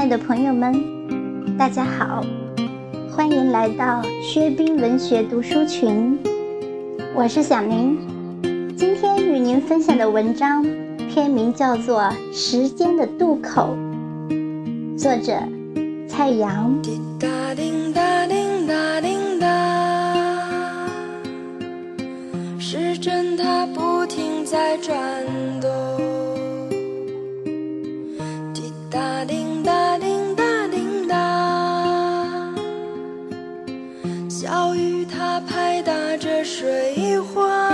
爱的朋友们，大家好，欢迎来到薛冰文学读书群，我是小明。今天与您分享的文章篇名叫做《时间的渡口》，作者蔡阳。 滴答叮答叮答叮答，时针它不停在转动。滴答叮答叮答叮答，小雨它拍打着水花。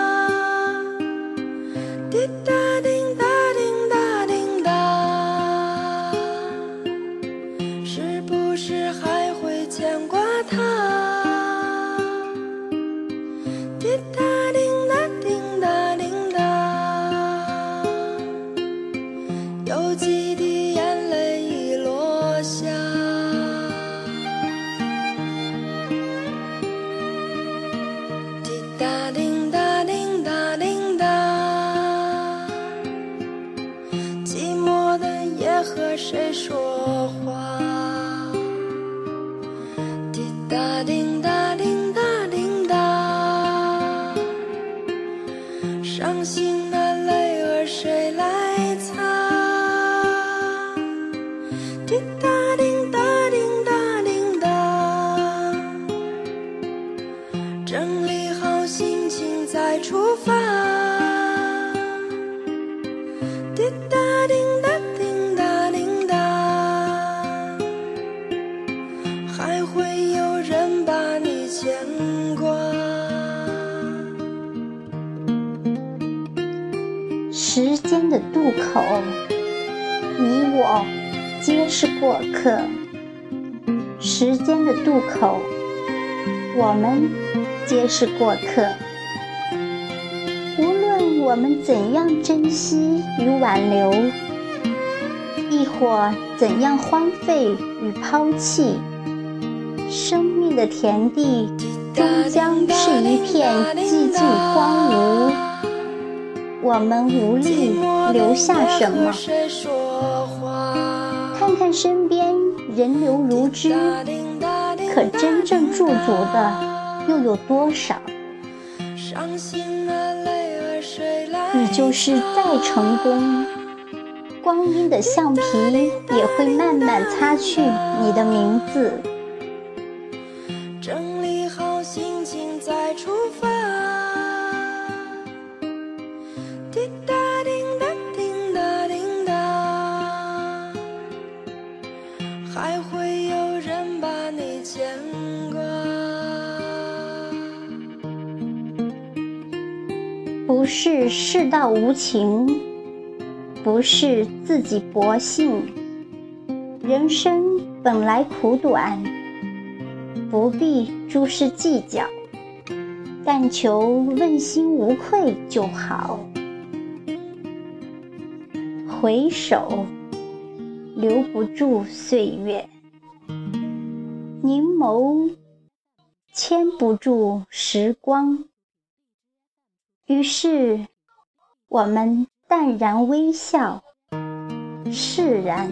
滴答叮答叮答叮答，是不是还会牵挂他？滴答叮答叮答叮答，有几滴眼泪已落下。滴答叮答叮答叮答，寂寞的夜和谁说话？滴答叮答叮答叮答，伤心的泪儿谁来擦？滴答叮答叮答叮答，整理好心情再出发。滴答叮答叮答叮答，还会有人把你牵挂。 时间的渡口，你我皆是过客。时间的渡口，我们皆是过客。无论我们怎样珍惜与挽留，亦或怎样荒废与抛弃，生命的田地终将是一片寂静荒芜，我们无力留下什么。看看身边人流如织，可真正驻足的又有多少？你就是再成功，光阴的橡皮也会慢慢擦去你的名字。 整理好心情再出发。滴答叮答叮答叮答，还会有人把你牵挂。 不是世道无情，不是自己薄幸，人生本来苦短，不必诸事计较，但求问心无愧就好。回首留不住岁月，凝眸牵不住时光，于是我们淡然微笑，释然。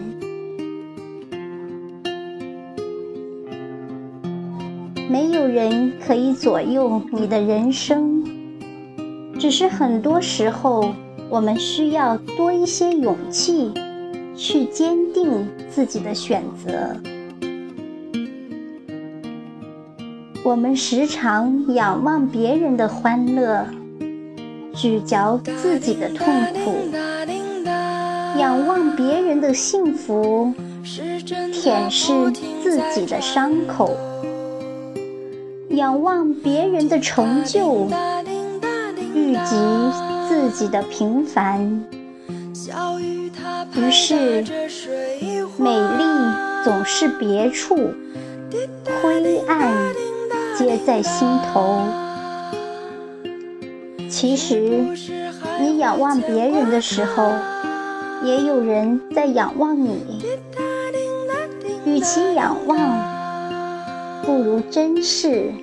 没有人可以左右你的人生，只是很多时候我们需要多一些勇气，去坚定自己的选择。我们时常仰望别人的欢乐，咀嚼自己的痛苦，仰望别人的幸福，舔舐自己的伤口，仰望别人的成就，预及自己的平凡。于是美丽总是别处，灰暗皆在心头。其实你仰望别人的时候，也有人在仰望你。与其仰望，不如珍视。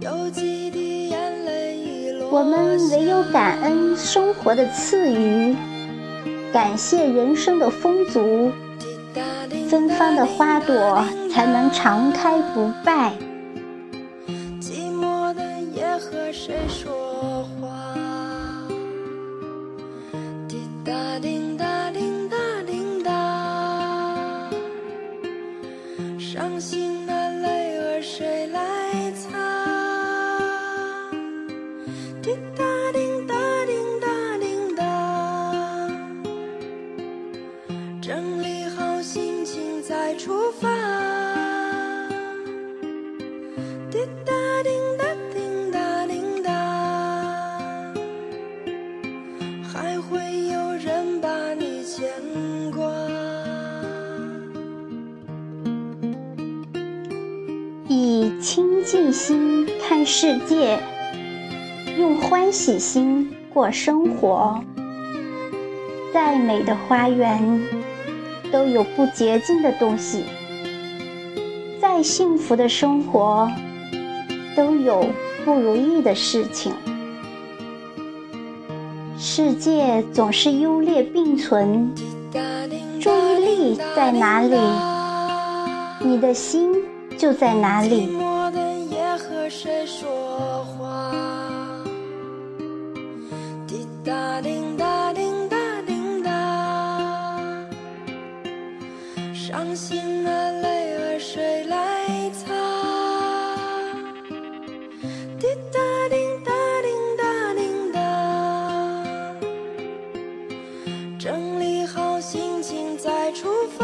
我们唯有感恩生活的赐予，感谢人生的丰足， 芬芳的花朵才能常开不败。 寂寞的夜和谁说话？滴答叮答叮答叮答，伤心的泪儿谁来擦？滴答叮答叮答叮答，整理好心情再出发。滴答叮答叮答叮答，还会有人把你牵挂。 以清净心看世界，用欢喜心过生活。再美的花园都有不洁净的东西，再幸福的生活都有不如意的事情。世界总是优劣并存，注意力在哪里，你的心就在哪里。 寂寞的夜和谁说话？滴答叮答叮答叮答，伤心的泪儿谁来擦？滴答叮答叮答叮答，整理好心情再出发。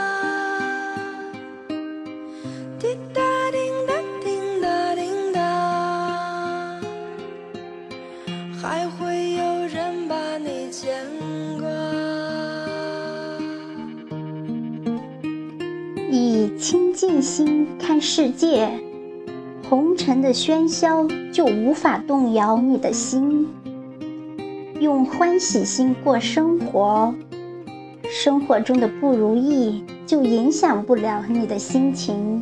滴答叮答叮答叮答，还会有人把你牵挂。 以清净心看世界，红尘的喧嚣就无法动摇你的心。用欢喜心过生活，生活中的不如意就影响不了你的心情。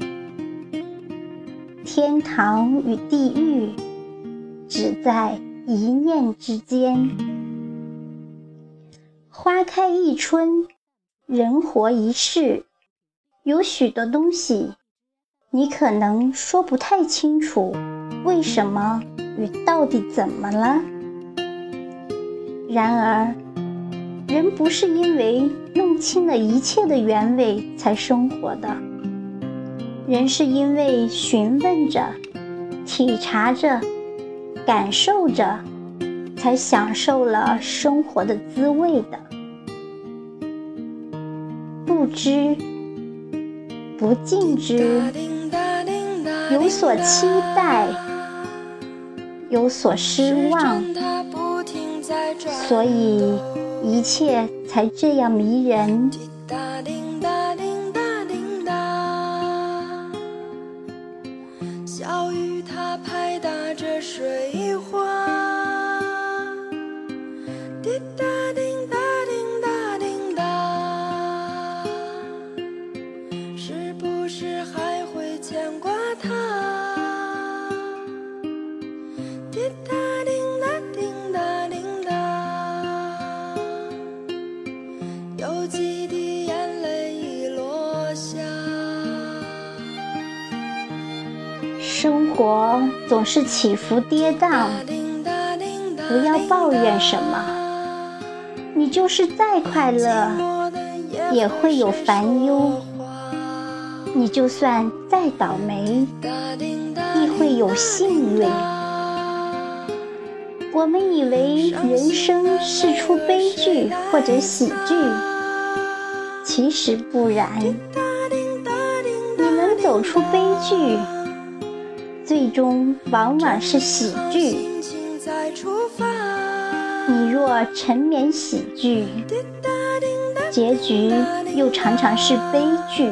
天堂与地狱只在一念之间。花开一春，人活一世，有许多东西你可能说不太清楚为什么与到底怎么了。然而人不是因为弄清了一切的原委才生活的，人是因为询问着、体察着、感受着，才享受了生活的滋味的。不知不尽之，有所期待，有所失望，所以一切才这样迷人。 滴答叮答叮答叮答，小雨它拍打着水花。滴答叮答叮答叮答，是不是还会牵挂它？滴答叮答叮答叮答，有几滴眼泪已落下。 生活总是起伏跌宕，不要抱怨什么，你就是再快乐也会有烦忧，你就算再倒霉亦会有幸运。我们以为人生是出悲剧或者喜剧，其实不然。你能走出悲剧，最终往往是喜剧。你若沉湎喜剧，结局又常常是悲剧。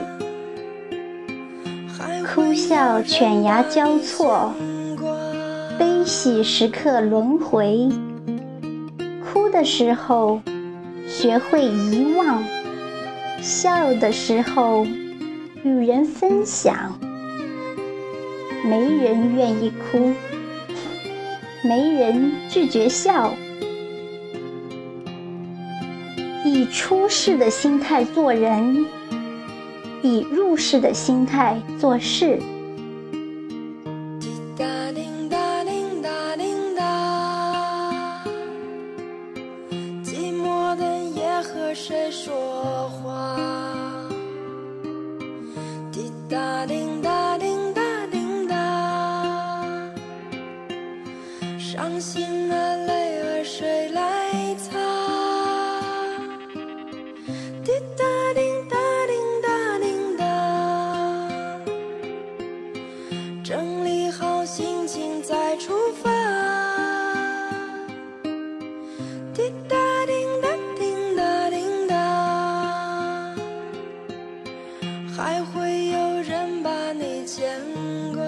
哭笑犬牙交错，悲喜时刻轮回。哭的时候学会遗忘，笑的时候与人分享。没人愿意哭，没人拒绝笑。以出世的心态做人， 以入世的心态做事。 滴答叮答叮答叮答，寂寞的夜和谁说话？滴答叮答叮答叮答，伤心的泪儿谁来擦？滴答叮答叮答叮答，整理好心情再出发。滴答叮答叮答叮答，还会有人把你牵挂。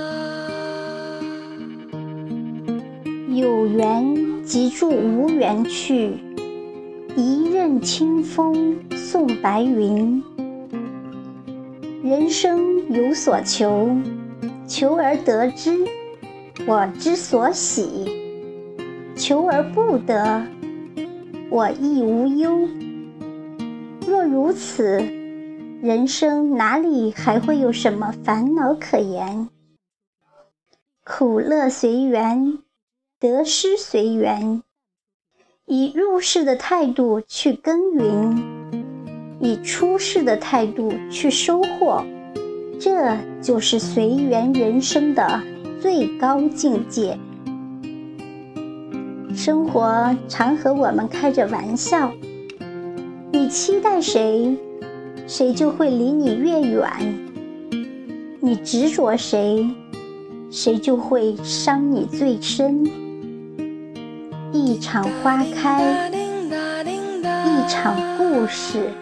有缘即住无缘去，一任清风送白云。人生有所求，求而得之，我之所喜；求而不得，我亦无忧。若如此，人生哪里还会有什么烦恼可言？苦乐随缘，得失随缘，以入世的态度去耕耘，以出世的态度去收获，这就是随缘人生的最高境界。生活常和我们开着玩笑，你期待谁，谁就会离你越远；你执着谁，谁就会伤你最深。一场花开，一场故事。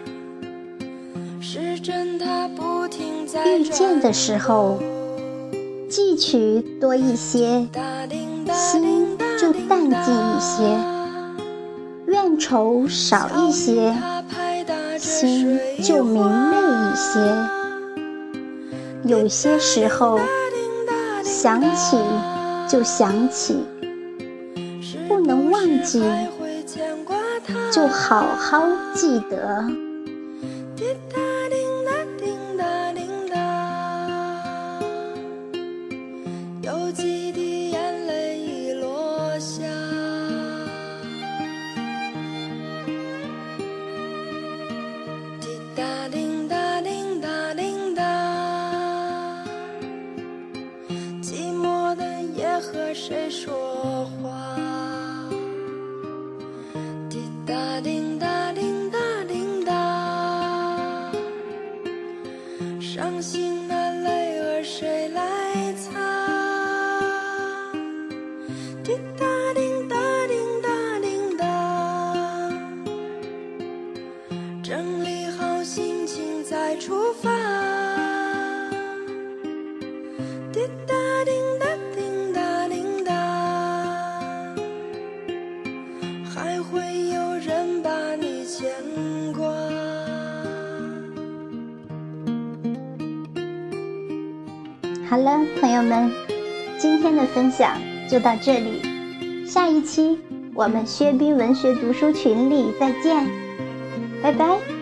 遇见的时候，汲取多一些，心就淡静一些；怨愁少一些，心就明媚一些。有些时候，想起就想起，不能忘记，就好好记得。 滴答叮答叮答叮答，有几滴眼泪已落下。滴答叮答叮答叮答，寂寞的夜和谁说话？滴答叮答叮答叮答，伤心的泪儿谁来擦？滴答叮答叮答叮答，整理好心情再出发。滴答叮答叮答叮答，还会有人把你牵挂。 好了，朋友们，今天的分享就到这里，下一期我们薛冰文学读书群里再见，拜拜。